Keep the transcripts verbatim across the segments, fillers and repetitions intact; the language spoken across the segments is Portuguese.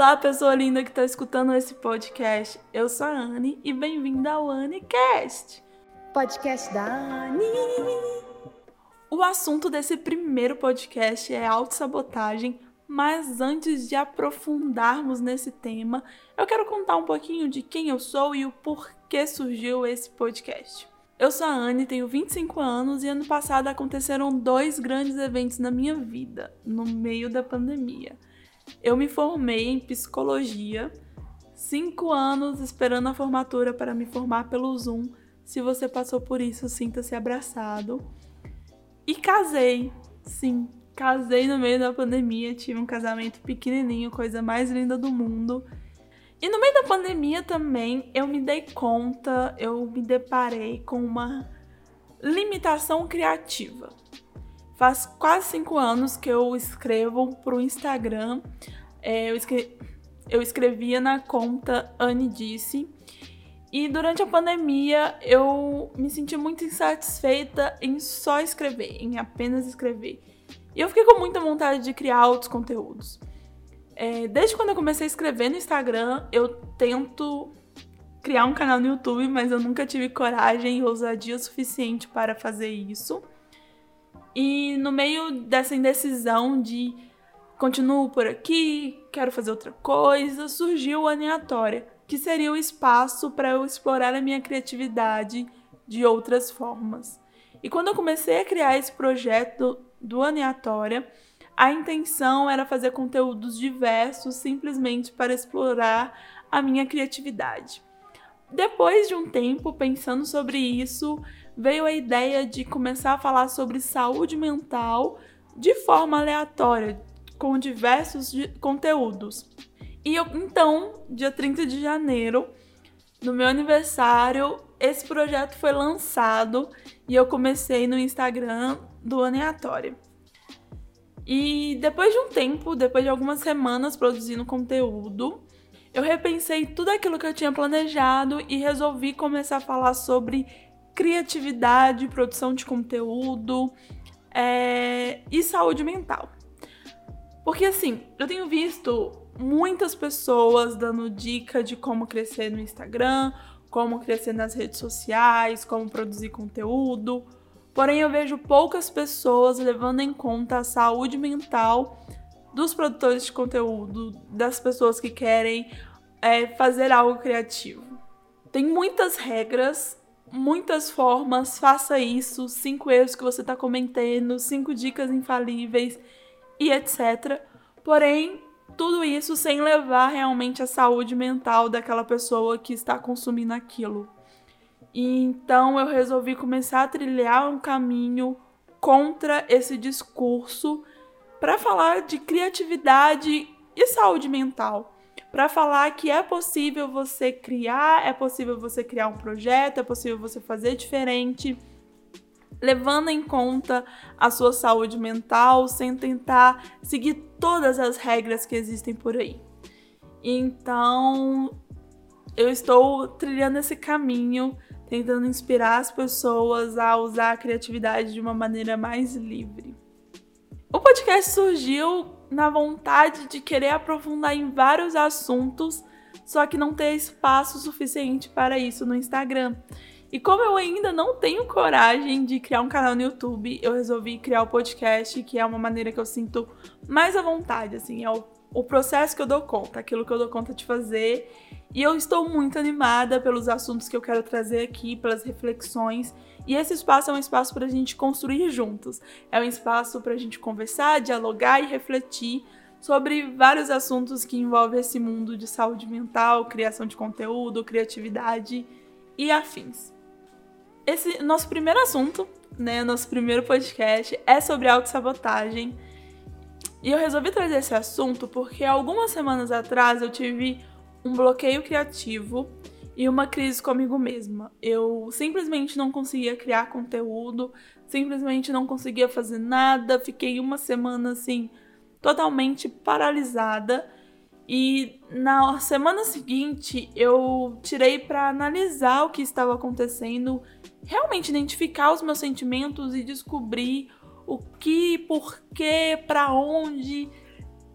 Olá, pessoa linda que está escutando esse podcast. Eu sou a Anne e bem-vinda ao AnneCast. Podcast da Anne. O assunto desse primeiro podcast é autossabotagem, mas antes de aprofundarmos nesse tema, eu quero contar um pouquinho de quem eu sou e o porquê surgiu esse podcast. Eu sou a Anne, tenho vinte e cinco anos e ano passado aconteceram dois grandes eventos na minha vida, no meio da pandemia. Eu me formei em psicologia, cinco anos esperando a formatura para me formar pelo Zoom. Se você passou por isso, sinta-se abraçado. E casei, sim, casei no meio da pandemia, tive um casamento pequenininho, coisa mais linda do mundo. E no meio da pandemia também eu me dei conta, eu me deparei com uma limitação criativa. Faz quase cinco anos que eu escrevo pro Instagram. É, eu, escre... eu escrevia na conta Anne Disse. E durante a pandemia eu me senti muito insatisfeita em só escrever, em apenas escrever. E eu fiquei com muita vontade de criar outros conteúdos. É, desde quando eu comecei a escrever no Instagram, eu tento criar um canal no YouTube, mas eu nunca tive coragem e ousadia suficiente para fazer isso. E no meio dessa indecisão de continuo por aqui, quero fazer outra coisa, surgiu a Aleatória, que seria o espaço para eu explorar a minha criatividade de outras formas. E quando eu comecei a criar esse projeto do Aleatória, a intenção era fazer conteúdos diversos simplesmente para explorar a minha criatividade. Depois de um tempo pensando sobre isso, veio a ideia de começar a falar sobre saúde mental de forma aleatória, com diversos conteúdos. E eu, então, dia trinta de janeiro, no meu aniversário, esse projeto foi lançado e eu comecei no Instagram do Aleatória. E depois de um tempo, depois de algumas semanas produzindo conteúdo, eu repensei tudo aquilo que eu tinha planejado e resolvi começar a falar sobre criatividade, produção de conteúdo é, e saúde mental. Porque assim, eu tenho visto muitas pessoas dando dica de como crescer no Instagram, como crescer nas redes sociais, como produzir conteúdo. Porém, eu vejo poucas pessoas levando em conta a saúde mental dos produtores de conteúdo, das pessoas que querem é, fazer algo criativo. Tem muitas regras, muitas formas, faça isso, cinco erros que você está cometendo, cinco dicas infalíveis e etcétera. Porém, tudo isso sem levar realmente a saúde mental daquela pessoa que está consumindo aquilo. E então eu resolvi começar a trilhar um caminho contra esse discurso para falar de criatividade e saúde mental. Para falar que é possível você criar, é possível você criar um projeto, é possível você fazer diferente, levando em conta a sua saúde mental, sem tentar seguir todas as regras que existem por aí. Então, eu estou trilhando esse caminho, tentando inspirar as pessoas a usar a criatividade de uma maneira mais livre. O podcast surgiu na vontade de querer aprofundar em vários assuntos, só que não ter espaço suficiente para isso no Instagram. E como eu ainda não tenho coragem de criar um canal no YouTube, eu resolvi criar o podcast, que é uma maneira que eu sinto mais à vontade, assim, é o, o processo que eu dou conta, aquilo que eu dou conta de fazer. E eu estou muito animada pelos assuntos que eu quero trazer aqui, pelas reflexões. E esse espaço é um espaço para a gente construir juntos. É um espaço para a gente conversar, dialogar e refletir sobre vários assuntos que envolvem esse mundo de saúde mental, criação de conteúdo, criatividade e afins. Esse nosso primeiro assunto, né, nosso primeiro podcast, é sobre autossabotagem. E eu resolvi trazer esse assunto porque algumas semanas atrás eu tive um bloqueio criativo e uma crise comigo mesma. Eu simplesmente não conseguia criar conteúdo, simplesmente não conseguia fazer nada, fiquei uma semana assim, totalmente paralisada. E na semana seguinte eu tirei para analisar o que estava acontecendo, realmente identificar os meus sentimentos e descobrir o que, por quê, para onde.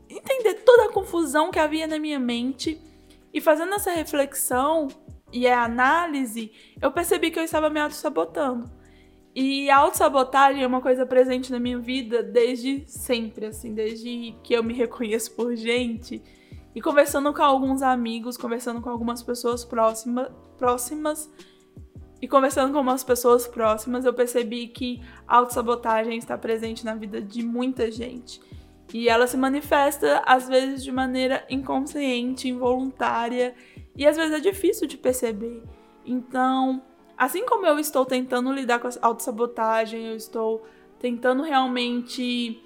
entender toda a confusão que havia na minha mente. E fazendo essa reflexão e a análise, eu percebi que eu estava me auto-sabotando. E a autossabotagem é uma coisa presente na minha vida desde sempre, assim, desde que eu me reconheço por gente. E conversando com alguns amigos, conversando com algumas pessoas próxima, próximas, e conversando com umas pessoas próximas, eu percebi que a autossabotagem está presente na vida de muita gente. E ela se manifesta, às vezes, de maneira inconsciente, involuntária, e às vezes é difícil de perceber. Então, assim como eu estou tentando lidar com a autossabotagem, eu estou tentando realmente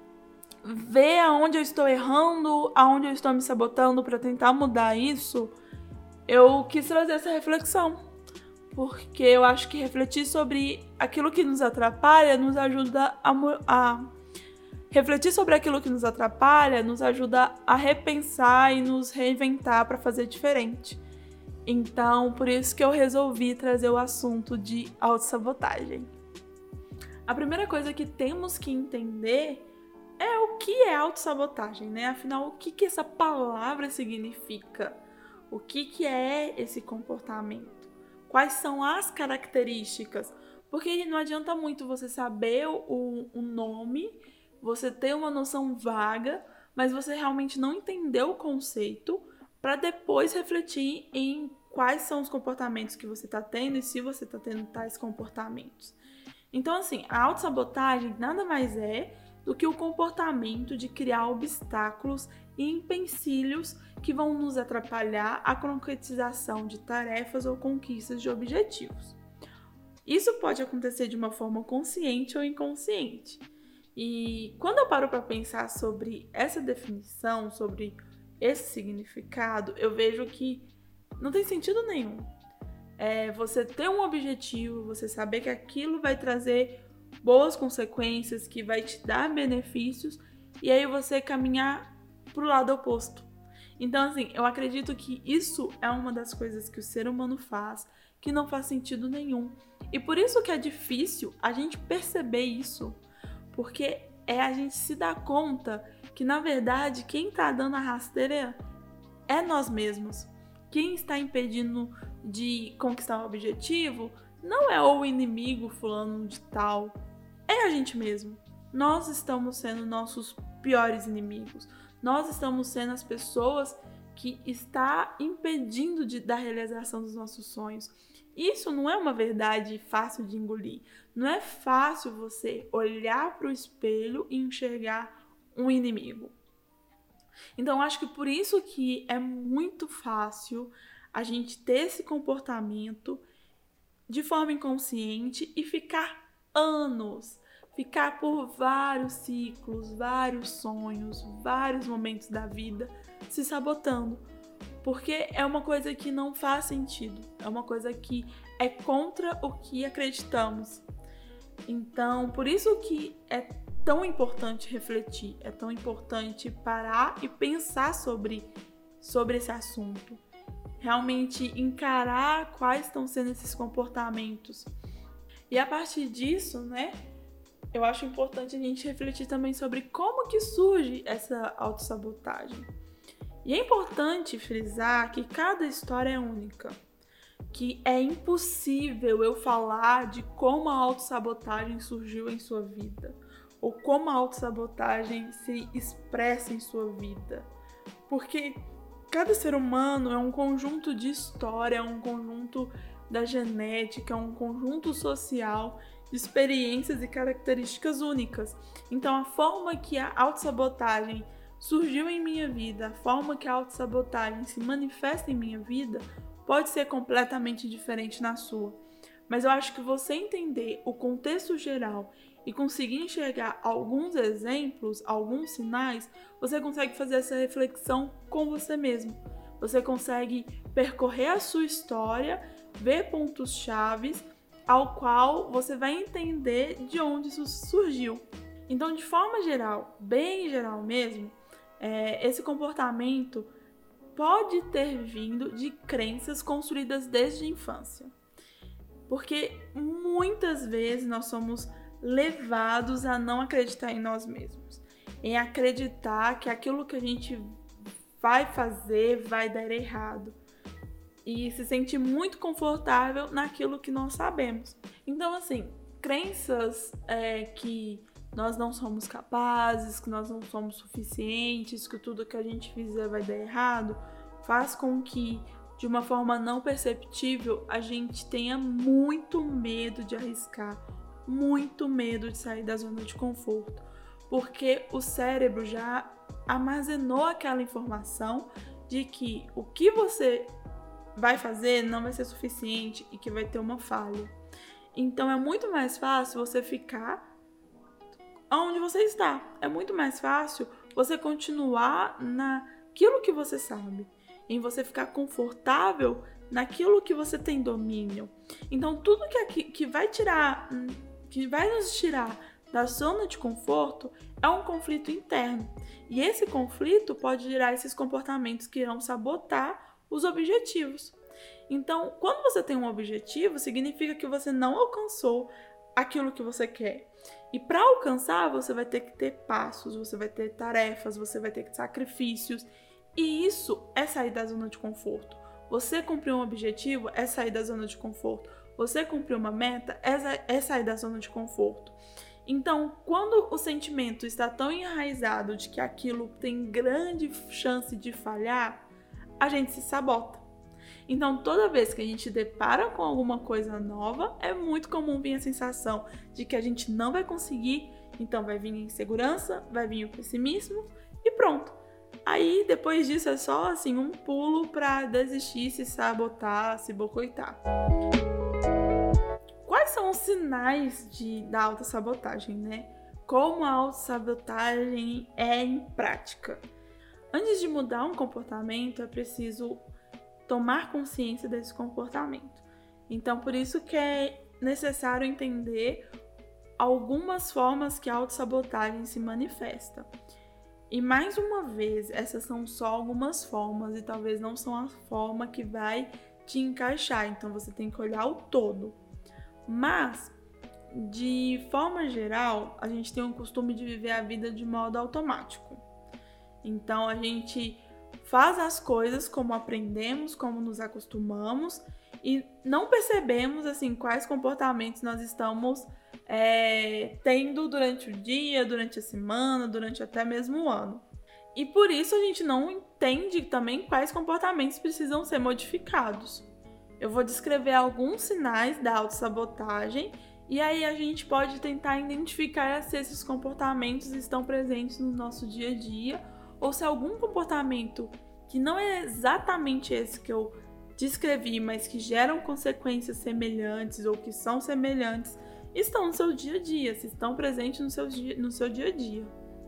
ver aonde eu estou errando, aonde eu estou me sabotando para tentar mudar isso, eu quis trazer essa reflexão. Porque eu acho que refletir sobre aquilo que nos atrapalha nos ajuda a... a refletir sobre aquilo que nos atrapalha nos ajuda a repensar e nos reinventar para fazer diferente. Então, por isso que eu resolvi trazer o assunto de autossabotagem. A primeira coisa que temos que entender é o que é autossabotagem, né? Afinal, o que, que essa palavra significa? O que, que é esse comportamento? Quais são as características? Porque não adianta muito você saber o, o nome, você ter uma noção vaga, mas você realmente não entendeu o conceito para depois refletir em quais são os comportamentos que você está tendo e se você está tendo tais comportamentos. Então, assim, a autossabotagem nada mais é do que o comportamento de criar obstáculos e empecilhos que vão nos atrapalhar a concretização de tarefas ou conquistas de objetivos. Isso pode acontecer de uma forma consciente ou inconsciente. E quando eu paro para pensar sobre essa definição, sobre esse significado, eu vejo que não tem sentido nenhum. É você ter um objetivo, você saber que aquilo vai trazer boas consequências, que vai te dar benefícios, e aí você caminhar pro lado oposto. Então, assim, eu acredito que isso é uma das coisas que o ser humano faz, que não faz sentido nenhum. E por isso que é difícil a gente perceber isso. Porque é a gente se dar conta que, na verdade, quem está dando a rasteira é nós mesmos. Quem está impedindo de conquistar um objetivo não é o inimigo fulano de tal, é a gente mesmo. Nós estamos sendo nossos piores inimigos. Nós estamos sendo as pessoas que está impedindo de, da realização dos nossos sonhos. Isso não é uma verdade fácil de engolir. Não é fácil você olhar para o espelho e enxergar um inimigo. Então, acho que por isso que é muito fácil a gente ter esse comportamento de forma inconsciente e ficar anos, ficar por vários ciclos, vários sonhos, vários momentos da vida se sabotando. Porque é uma coisa que não faz sentido, é uma coisa que é contra o que acreditamos. Então, por isso que é tão importante refletir, é tão importante parar e pensar sobre, sobre esse assunto. Realmente encarar quais estão sendo esses comportamentos. E a partir disso, né, eu acho importante a gente refletir também sobre como que surge essa autossabotagem. E é importante frisar que cada história é única, que é impossível eu falar de como a autossabotagem surgiu em sua vida, ou como a autossabotagem se expressa em sua vida, porque cada ser humano é um conjunto de história, é um conjunto da genética, é um conjunto social de experiências e características únicas. Então, a forma que a autossabotagem surgiu em minha vida, a forma que a autossabotagem se manifesta em minha vida, pode ser completamente diferente na sua. Mas eu acho que você entender o contexto geral e conseguir enxergar alguns exemplos, alguns sinais, você consegue fazer essa reflexão com você mesmo. Você consegue percorrer a sua história, ver pontos chaves, ao qual você vai entender de onde isso surgiu. Então, de forma geral, bem geral mesmo, é, esse comportamento pode ter vindo de crenças construídas desde a infância. Porque muitas vezes nós somos levados a não acreditar em nós mesmos. em acreditar que aquilo que a gente vai fazer vai dar errado. E se sentir muito confortável naquilo que nós sabemos. Então, assim, crenças é, que nós não somos capazes, que nós não somos suficientes, que tudo que a gente fizer vai dar errado, faz com que, de uma forma não perceptível, a gente tenha muito medo de arriscar, muito medo de sair da zona de conforto, porque o cérebro já armazenou aquela informação de que o que você vai fazer não vai ser suficiente e que vai ter uma falha. Então é muito mais fácil você ficar onde você está. É muito mais fácil você continuar naquilo que você sabe, em você ficar confortável naquilo que você tem domínio. Então tudo que, aqui, que vai tirar, que vai nos tirar da zona de conforto é um conflito interno. E esse conflito pode gerar esses comportamentos que irão sabotar os objetivos. Então, quando você tem um objetivo, significa que você não alcançou aquilo que você quer. E para alcançar, você vai ter que ter passos, você vai ter tarefas, você vai ter sacrifícios. E isso é sair da zona de conforto. Você cumprir um objetivo é sair da zona de conforto. Você cumprir uma meta é sair da zona de conforto. Então, quando o sentimento está tão enraizado de que aquilo tem grande chance de falhar, a gente se sabota. Então, toda vez que a gente depara com alguma coisa nova, é muito comum vir a sensação de que a gente não vai conseguir, então vai vir a insegurança, vai vir o pessimismo e pronto. Aí, depois disso, é só assim um pulo para desistir, se sabotar, se boicotar. Quais são os sinais de, da autossabotagem, né? Como a autossabotagem é em prática? Antes de mudar um comportamento, é preciso tomar consciência desse comportamento. Então, por isso que é necessário entender algumas formas que a autossabotagem se manifesta. E mais uma vez, essas são só algumas formas e talvez não são a forma que vai te encaixar. Então, você tem que olhar o todo. Mas, de forma geral, a gente tem o costume de viver a vida de modo automático. Então, a gente faz as coisas como aprendemos, como nos acostumamos e não percebemos assim quais comportamentos nós estamos é, tendo durante o dia, durante a semana, durante até mesmo o ano. E por isso a gente não entende também quais comportamentos precisam ser modificados. Eu vou descrever alguns sinais da autossabotagem e aí a gente pode tentar identificar se esses comportamentos estão presentes no nosso dia a dia ou se algum comportamento que não é exatamente esse que eu descrevi, mas que geram consequências semelhantes ou que são semelhantes, estão no seu dia a dia, se estão presentes no seu dia, no seu dia a dia.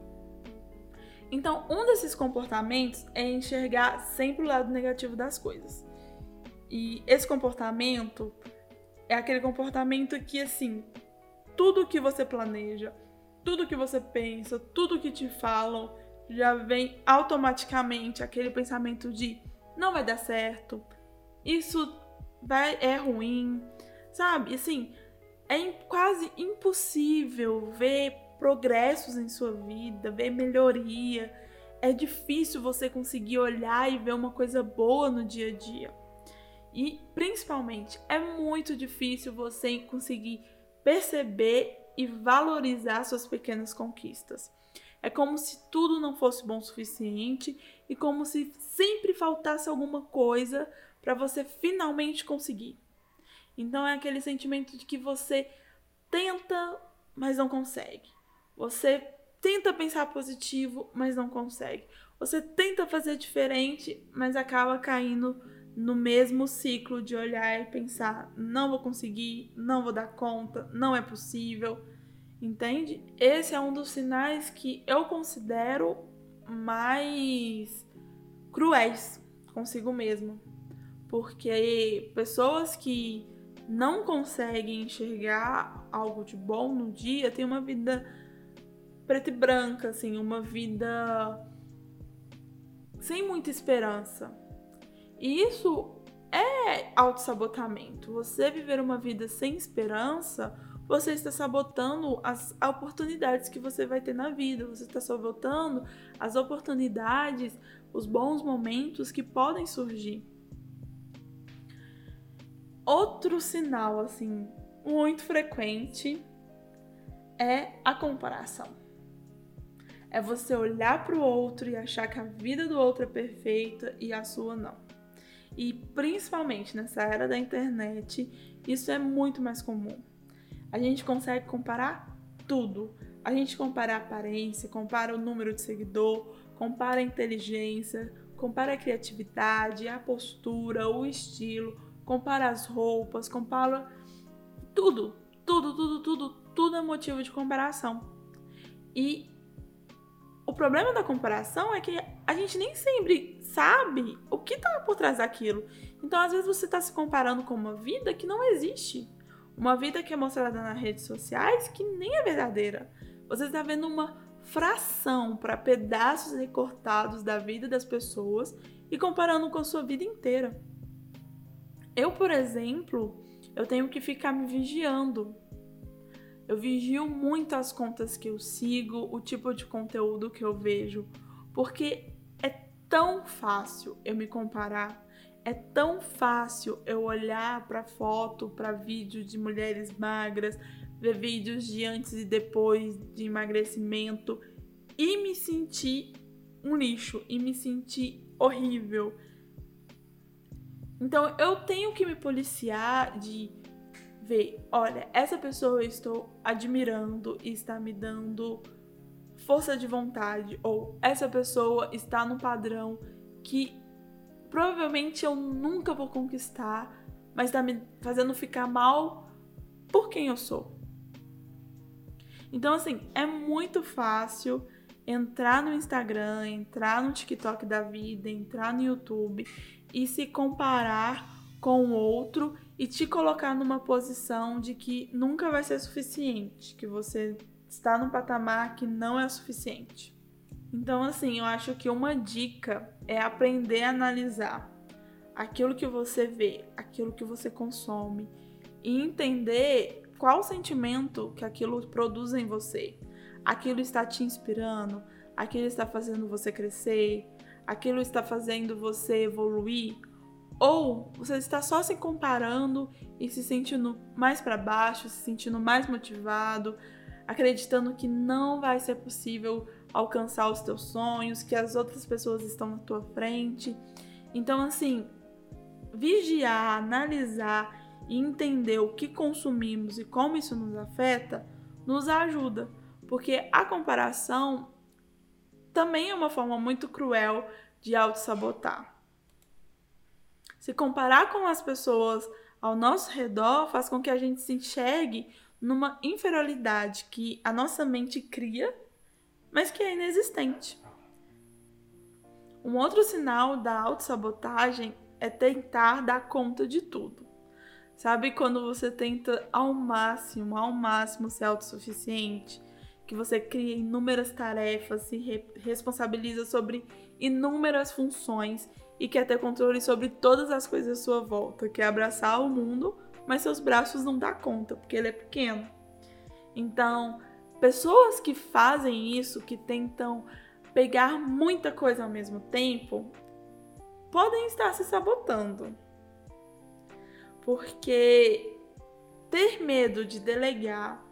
Então, um desses comportamentos é enxergar sempre o lado negativo das coisas. E esse comportamento é aquele comportamento que, assim, tudo que você planeja, tudo que você pensa, tudo que te falam, já vem automaticamente aquele pensamento de não vai dar certo, isso vai, é ruim, sabe? Assim, é quase impossível ver progressos em sua vida, ver melhoria. É difícil você conseguir olhar e ver uma coisa boa no dia a dia. E, principalmente, é muito difícil você conseguir perceber e valorizar suas pequenas conquistas. É como se tudo não fosse bom o suficiente e como se sempre faltasse alguma coisa para você finalmente conseguir. Então é aquele sentimento de que você tenta, mas não consegue. Você tenta pensar positivo, mas não consegue. Você tenta fazer diferente, mas acaba caindo no mesmo ciclo de olhar e pensar: não vou conseguir, não vou dar conta, não é possível. Entende? Esse é um dos sinais que eu considero mais cruéis consigo mesmo. Porque pessoas que não conseguem enxergar algo de bom no dia têm uma vida preta e branca, assim, uma vida sem muita esperança. E isso é autossabotamento. Você viver uma vida sem esperança, você está sabotando as oportunidades que você vai ter na vida, você está sabotando as oportunidades, os bons momentos que podem surgir. Outro sinal, assim, muito frequente é a comparação. É você olhar para o outro e achar que a vida do outro é perfeita e a sua não. E principalmente nessa era da internet, isso é muito mais comum. A gente consegue comparar tudo. A gente compara a aparência, compara o número de seguidor, compara a inteligência, compara a criatividade, a postura, o estilo, compara as roupas, compara tudo, tudo, tudo, tudo, tudo é motivo de comparação. E o problema da comparação é que a gente nem sempre sabe o que está por trás daquilo. Então, às vezes, você está se comparando com uma vida que não existe. Uma vida que é mostrada nas redes sociais que nem é verdadeira. Você está vendo uma fração para pedaços recortados da vida das pessoas e comparando com a sua vida inteira. Eu, por exemplo, eu tenho que ficar me vigiando. Eu vigio muito as contas que eu sigo, o tipo de conteúdo que eu vejo, porque é tão fácil eu me comparar, é tão fácil eu olhar para foto, para vídeo de mulheres magras, ver vídeos de antes e depois de emagrecimento e me sentir um lixo, e me sentir horrível. Então eu tenho que me policiar de ver, olha, essa pessoa eu estou admirando e está me dando força de vontade, ou essa pessoa está num padrão que provavelmente eu nunca vou conquistar, mas está me fazendo ficar mal por quem eu sou. Então, assim, é muito fácil entrar no Instagram, entrar no TikTok da vida, entrar no YouTube e se comparar com o outro e te colocar numa posição de que nunca vai ser suficiente, que você está num patamar que não é o suficiente. Então, assim, eu acho que uma dica é aprender a analisar aquilo que você vê, aquilo que você consome e entender qual o sentimento que aquilo produz em você. Aquilo está te inspirando, aquilo está fazendo você crescer, aquilo está fazendo você evoluir, ou você está só se comparando e se sentindo mais para baixo, se sentindo mais motivado, acreditando que não vai ser possível alcançar os teus sonhos, que as outras pessoas estão na tua frente. Então, assim, vigiar, analisar e entender o que consumimos e como isso nos afeta, nos ajuda. Porque a comparação também é uma forma muito cruel de auto-sabotar. Se comparar com as pessoas ao nosso redor faz com que a gente se enxergue numa inferioridade que a nossa mente cria, mas que é inexistente. Um outro sinal da autossabotagem é tentar dar conta de tudo. Sabe quando você tenta ao máximo, ao máximo ser autossuficiente? Que você cria inúmeras tarefas, se re- responsabiliza sobre inúmeras funções e quer ter controle sobre todas as coisas à sua volta, quer abraçar o mundo, mas seus braços não dão conta, porque ele é pequeno. Então, pessoas que fazem isso, que tentam pegar muita coisa ao mesmo tempo, podem estar se sabotando. Porque ter medo de delegar,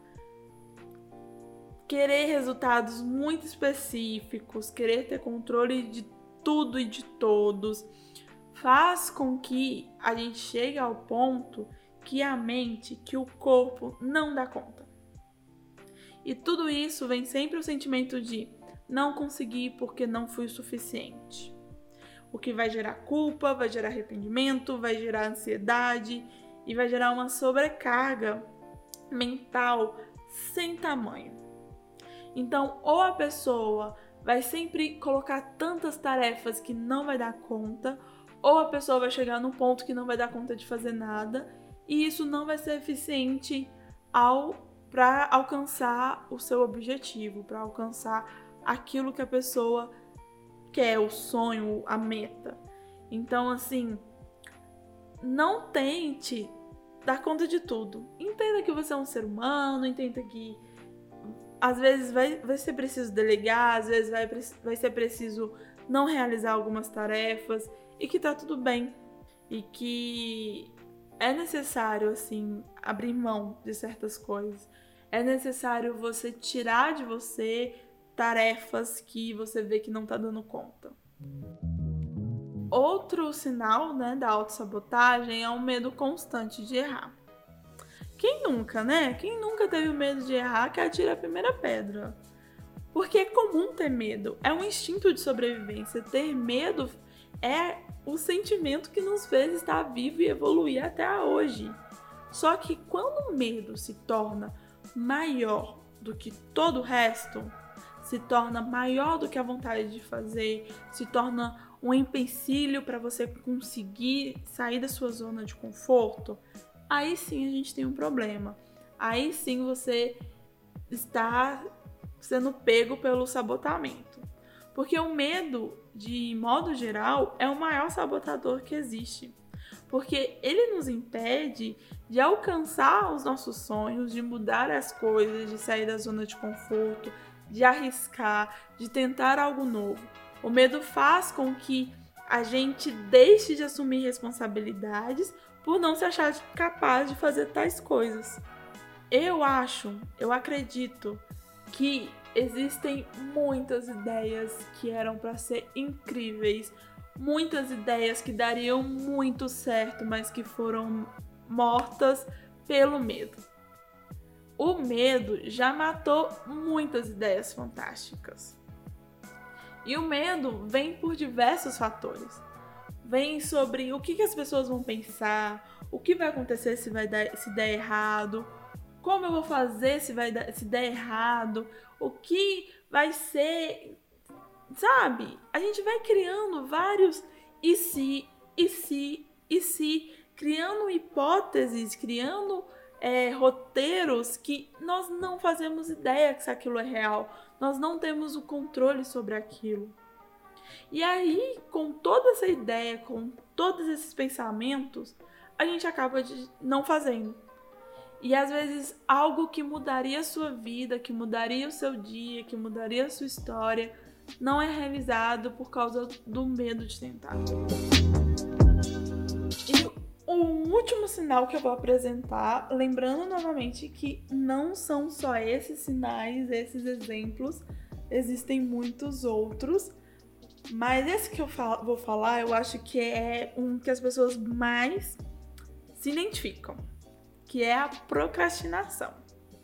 querer resultados muito específicos, querer ter controle de tudo e de todos, faz com que a gente chegue ao ponto que a mente, que o corpo não dá conta. E tudo isso vem sempre o sentimento de não consegui porque não fui o suficiente. O que vai gerar culpa, vai gerar arrependimento, vai gerar ansiedade e vai gerar uma sobrecarga mental sem tamanho. Então, ou a pessoa vai sempre colocar tantas tarefas que não vai dar conta, ou a pessoa vai chegar num ponto que não vai dar conta de fazer nada, e isso não vai ser eficiente ao para alcançar o seu objetivo, para alcançar aquilo que a pessoa quer, o sonho, a meta. Então, assim, não tente dar conta de tudo. Entenda que você é um ser humano, entenda que às vezes vai, vai ser preciso delegar, às vezes vai, vai ser preciso não realizar algumas tarefas e que tá tudo bem. E que é necessário, assim, abrir mão de certas coisas. É necessário você tirar de você tarefas que você vê que não tá dando conta. Outro sinal, né, da autossabotagem é o medo constante de errar. Quem nunca, né? Quem nunca teve o medo de errar que atira a primeira pedra? Porque é comum ter medo. É um instinto de sobrevivência. Ter medo é o sentimento que nos fez estar vivo e evoluir até hoje. Só que quando o medo se torna maior do que todo o resto, se torna maior do que a vontade de fazer, se torna um empecilho para você conseguir sair da sua zona de conforto, aí sim a gente tem um problema. Aí sim você está sendo pego pelo sabotamento. Porque o medo, de modo geral, é o maior sabotador que existe. Porque ele nos impede de alcançar os nossos sonhos, de mudar as coisas, de sair da zona de conforto, de arriscar, de tentar algo novo. O medo faz com que a gente deixe de assumir responsabilidades por não se achar capaz de fazer tais coisas. Eu acho, eu acredito que existem muitas ideias que eram para ser incríveis, muitas ideias que dariam muito certo, mas que foram mortas pelo medo. O medo já matou muitas ideias fantásticas. E o medo vem por diversos fatores. Vem sobre o que, que as pessoas vão pensar, o que vai acontecer se, vai dar, se der errado, como eu vou fazer se, vai dar, se der errado, o que vai ser, sabe? A gente vai criando vários e se, e se, e se, criando hipóteses, criando é, roteiros que nós não fazemos ideia que aquilo é real, nós não temos o controle sobre aquilo. E aí, com toda essa ideia, com todos esses pensamentos, a gente acaba de não fazendo. E às vezes algo que mudaria a sua vida, que mudaria o seu dia, que mudaria a sua história, não é realizado por causa do medo de tentar. E o último sinal que eu vou apresentar, lembrando novamente que não são só esses sinais, esses exemplos, existem muitos outros, mas esse que eu vou falar, eu acho que é um que as pessoas mais se identificam, que é a procrastinação.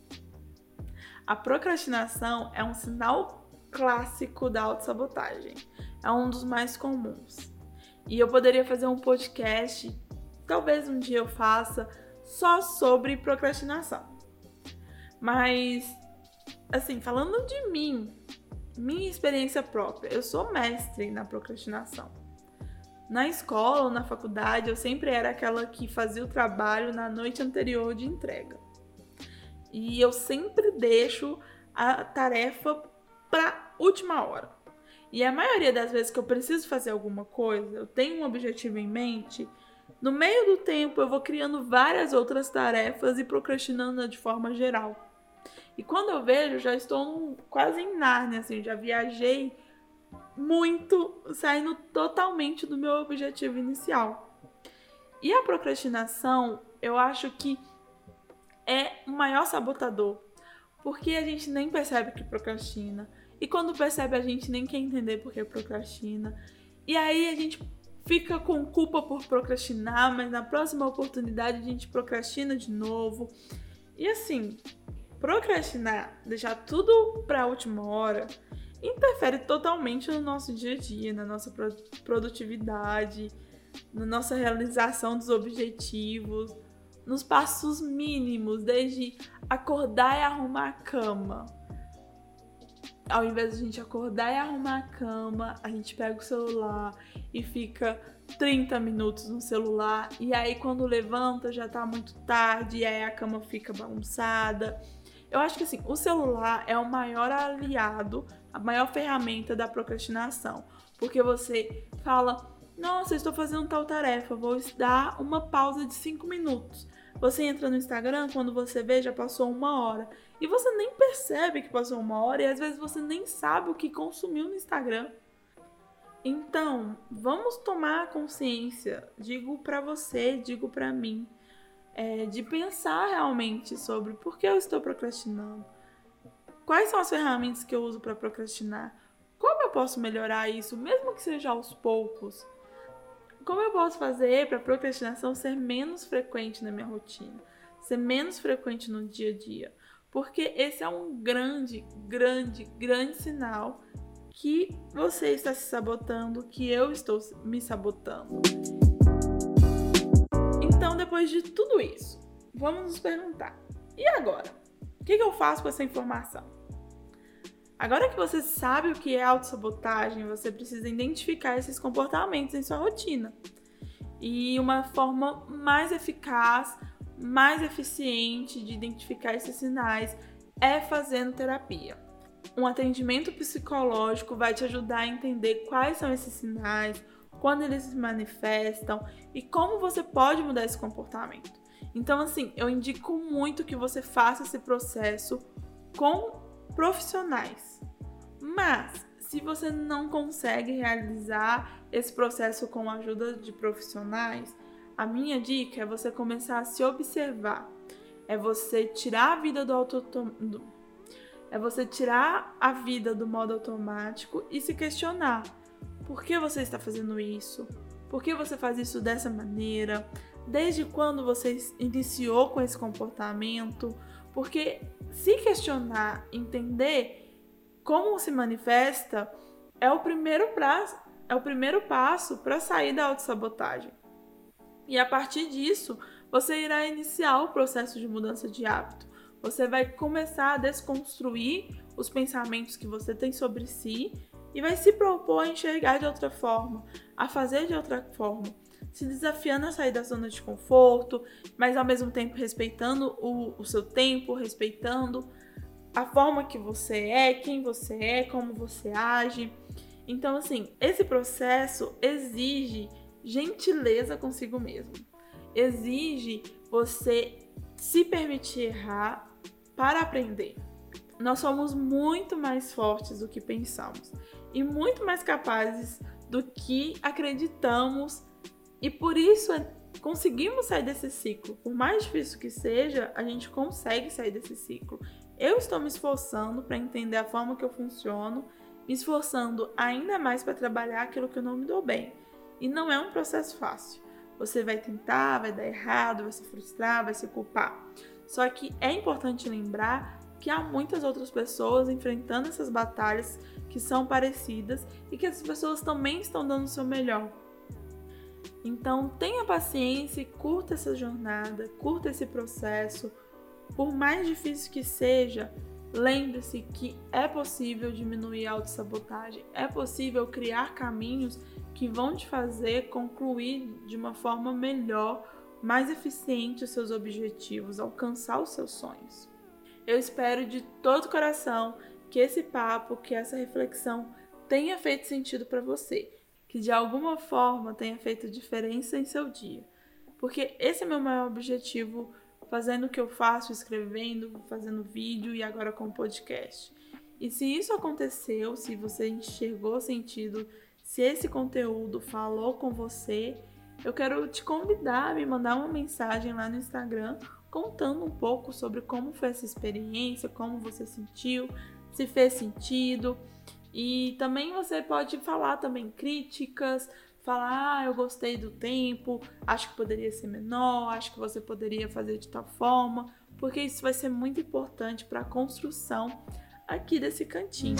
A procrastinação é um sinal clássico da autossabotagem. É um dos mais comuns. E eu poderia fazer um podcast, talvez um dia eu faça, só sobre procrastinação. Mas, assim, falando de mim, minha experiência própria, eu sou mestre na procrastinação. Na escola ou na faculdade, eu sempre era aquela que fazia o trabalho na noite anterior de entrega. E eu sempre deixo a tarefa para última hora. E a maioria das vezes que eu preciso fazer alguma coisa, eu tenho um objetivo em mente, no meio do tempo eu vou criando várias outras tarefas e procrastinando de forma geral. E quando eu vejo, já estou quase em Nárnia, assim, já viajei muito, saindo totalmente do meu objetivo inicial. E a procrastinação, eu acho que é o maior sabotador, porque a gente nem percebe que procrastina, e quando percebe a gente nem quer entender por que procrastina, e aí a gente fica com culpa por procrastinar, mas na próxima oportunidade a gente procrastina de novo. E assim, procrastinar, deixar tudo para a última hora, interfere totalmente no nosso dia a dia, na nossa produtividade, na nossa realização dos objetivos, nos passos mínimos, desde acordar e arrumar a cama. Ao invés de a gente acordar e arrumar a cama, a gente pega o celular e fica trinta minutos no celular, e aí quando levanta já tá muito tarde, e aí a cama fica bagunçada. Eu acho que assim, o celular é o maior aliado, a maior ferramenta da procrastinação, porque você fala, nossa, eu estou fazendo tal tarefa, vou dar uma pausa de cinco minutos. Você entra no Instagram, quando você vê, já passou uma hora. E você nem percebe que passou uma hora e às vezes você nem sabe o que consumiu no Instagram. Então, vamos tomar consciência, digo pra você, digo pra mim, é, de pensar realmente sobre por que eu estou procrastinando. Quais são as ferramentas que eu uso para procrastinar? Como eu posso melhorar isso, mesmo que seja aos poucos? Como eu posso fazer para a procrastinação ser menos frequente na minha rotina? Ser menos frequente no dia a dia? Porque esse é um grande, grande, grande sinal que você está se sabotando, que eu estou me sabotando. Então, depois de tudo isso, vamos nos perguntar, e agora? O que eu faço com essa informação? Agora que você sabe o que é autossabotagem, você precisa identificar esses comportamentos em sua rotina. E uma forma mais eficaz, mais eficiente de identificar esses sinais é fazendo terapia. Um atendimento psicológico vai te ajudar a entender quais são esses sinais, quando eles se manifestam e como você pode mudar esse comportamento. Então, assim, eu indico muito que você faça esse processo com profissionais. Mas, se você não consegue realizar esse processo com a ajuda de profissionais, a minha dica é você começar a se observar. É você tirar a vida do auto do... é você tirar a vida do modo automático e se questionar. Por que você está fazendo isso? Por que você faz isso dessa maneira? Desde quando você iniciou com esse comportamento? Porque se questionar, entender como se manifesta, é o primeiro, prazo, é o primeiro passo para sair da autossabotagem. E a partir disso, você irá iniciar o processo de mudança de hábito. Você vai começar a desconstruir os pensamentos que você tem sobre si e vai se propor a enxergar de outra forma, a fazer de outra forma, se desafiando a sair da zona de conforto, mas ao mesmo tempo respeitando o, o seu tempo, respeitando a forma que você é, quem você é, como você age. Então, assim, esse processo exige gentileza consigo mesmo. Exige você se permitir errar para aprender. Nós somos muito mais fortes do que pensamos e muito mais capazes do que acreditamos, e por isso conseguimos sair desse ciclo. Por mais difícil que seja, a gente consegue sair desse ciclo. Eu estou me esforçando para entender a forma que eu funciono, me esforçando ainda mais para trabalhar aquilo que eu não me dou bem. E não é um processo fácil. Você vai tentar, vai dar errado, vai se frustrar, vai se culpar. Só que é importante lembrar que há muitas outras pessoas enfrentando essas batalhas que são parecidas e que essas pessoas também estão dando o seu melhor. Então, tenha paciência e curta essa jornada, curta esse processo. Por mais difícil que seja, lembre-se que é possível diminuir a autossabotagem, é possível criar caminhos que vão te fazer concluir de uma forma melhor, mais eficiente os seus objetivos, alcançar os seus sonhos. Eu espero de todo o coração que esse papo, que essa reflexão tenha feito sentido para você, que de alguma forma tenha feito diferença em seu dia, porque esse é meu maior objetivo fazendo o que eu faço, escrevendo, fazendo vídeo e agora com podcast. E se isso aconteceu, se você enxergou sentido, se esse conteúdo falou com você, eu quero te convidar a me mandar uma mensagem lá no Instagram contando um pouco sobre como foi essa experiência, como você sentiu, se fez sentido. E também você pode falar também críticas, falar, ah, eu gostei do tempo, acho que poderia ser menor, acho que você poderia fazer de tal forma, porque isso vai ser muito importante para a construção aqui desse cantinho.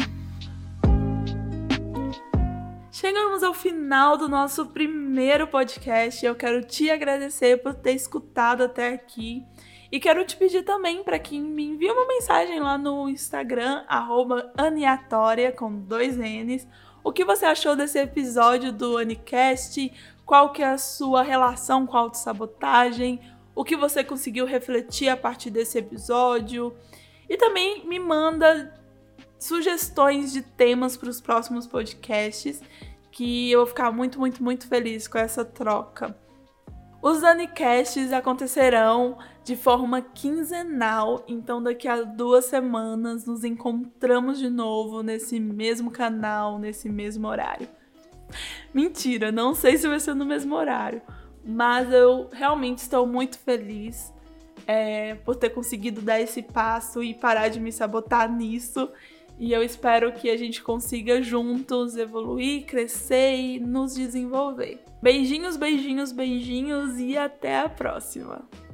Chegamos ao final do nosso primeiro podcast. Eu quero te agradecer por ter escutado até aqui. E quero te pedir também para que me envie uma mensagem lá no Instagram, arroba aniatoria, com dois N's. O que você achou desse episódio do Anicast? Qual que é a sua relação com a autossabotagem? O que você conseguiu refletir a partir desse episódio? E também me manda sugestões de temas para os próximos podcasts, que eu vou ficar muito, muito, muito feliz com essa troca. Os Anicasts acontecerão de forma quinzenal, então daqui a duas semanas nos encontramos de novo nesse mesmo canal, nesse mesmo horário. Mentira, não sei se vai ser no mesmo horário, mas eu realmente estou muito feliz é, por ter conseguido dar esse passo e parar de me sabotar nisso. E eu espero que a gente consiga juntos evoluir, crescer e nos desenvolver. Beijinhos, beijinhos, beijinhos e até a próxima!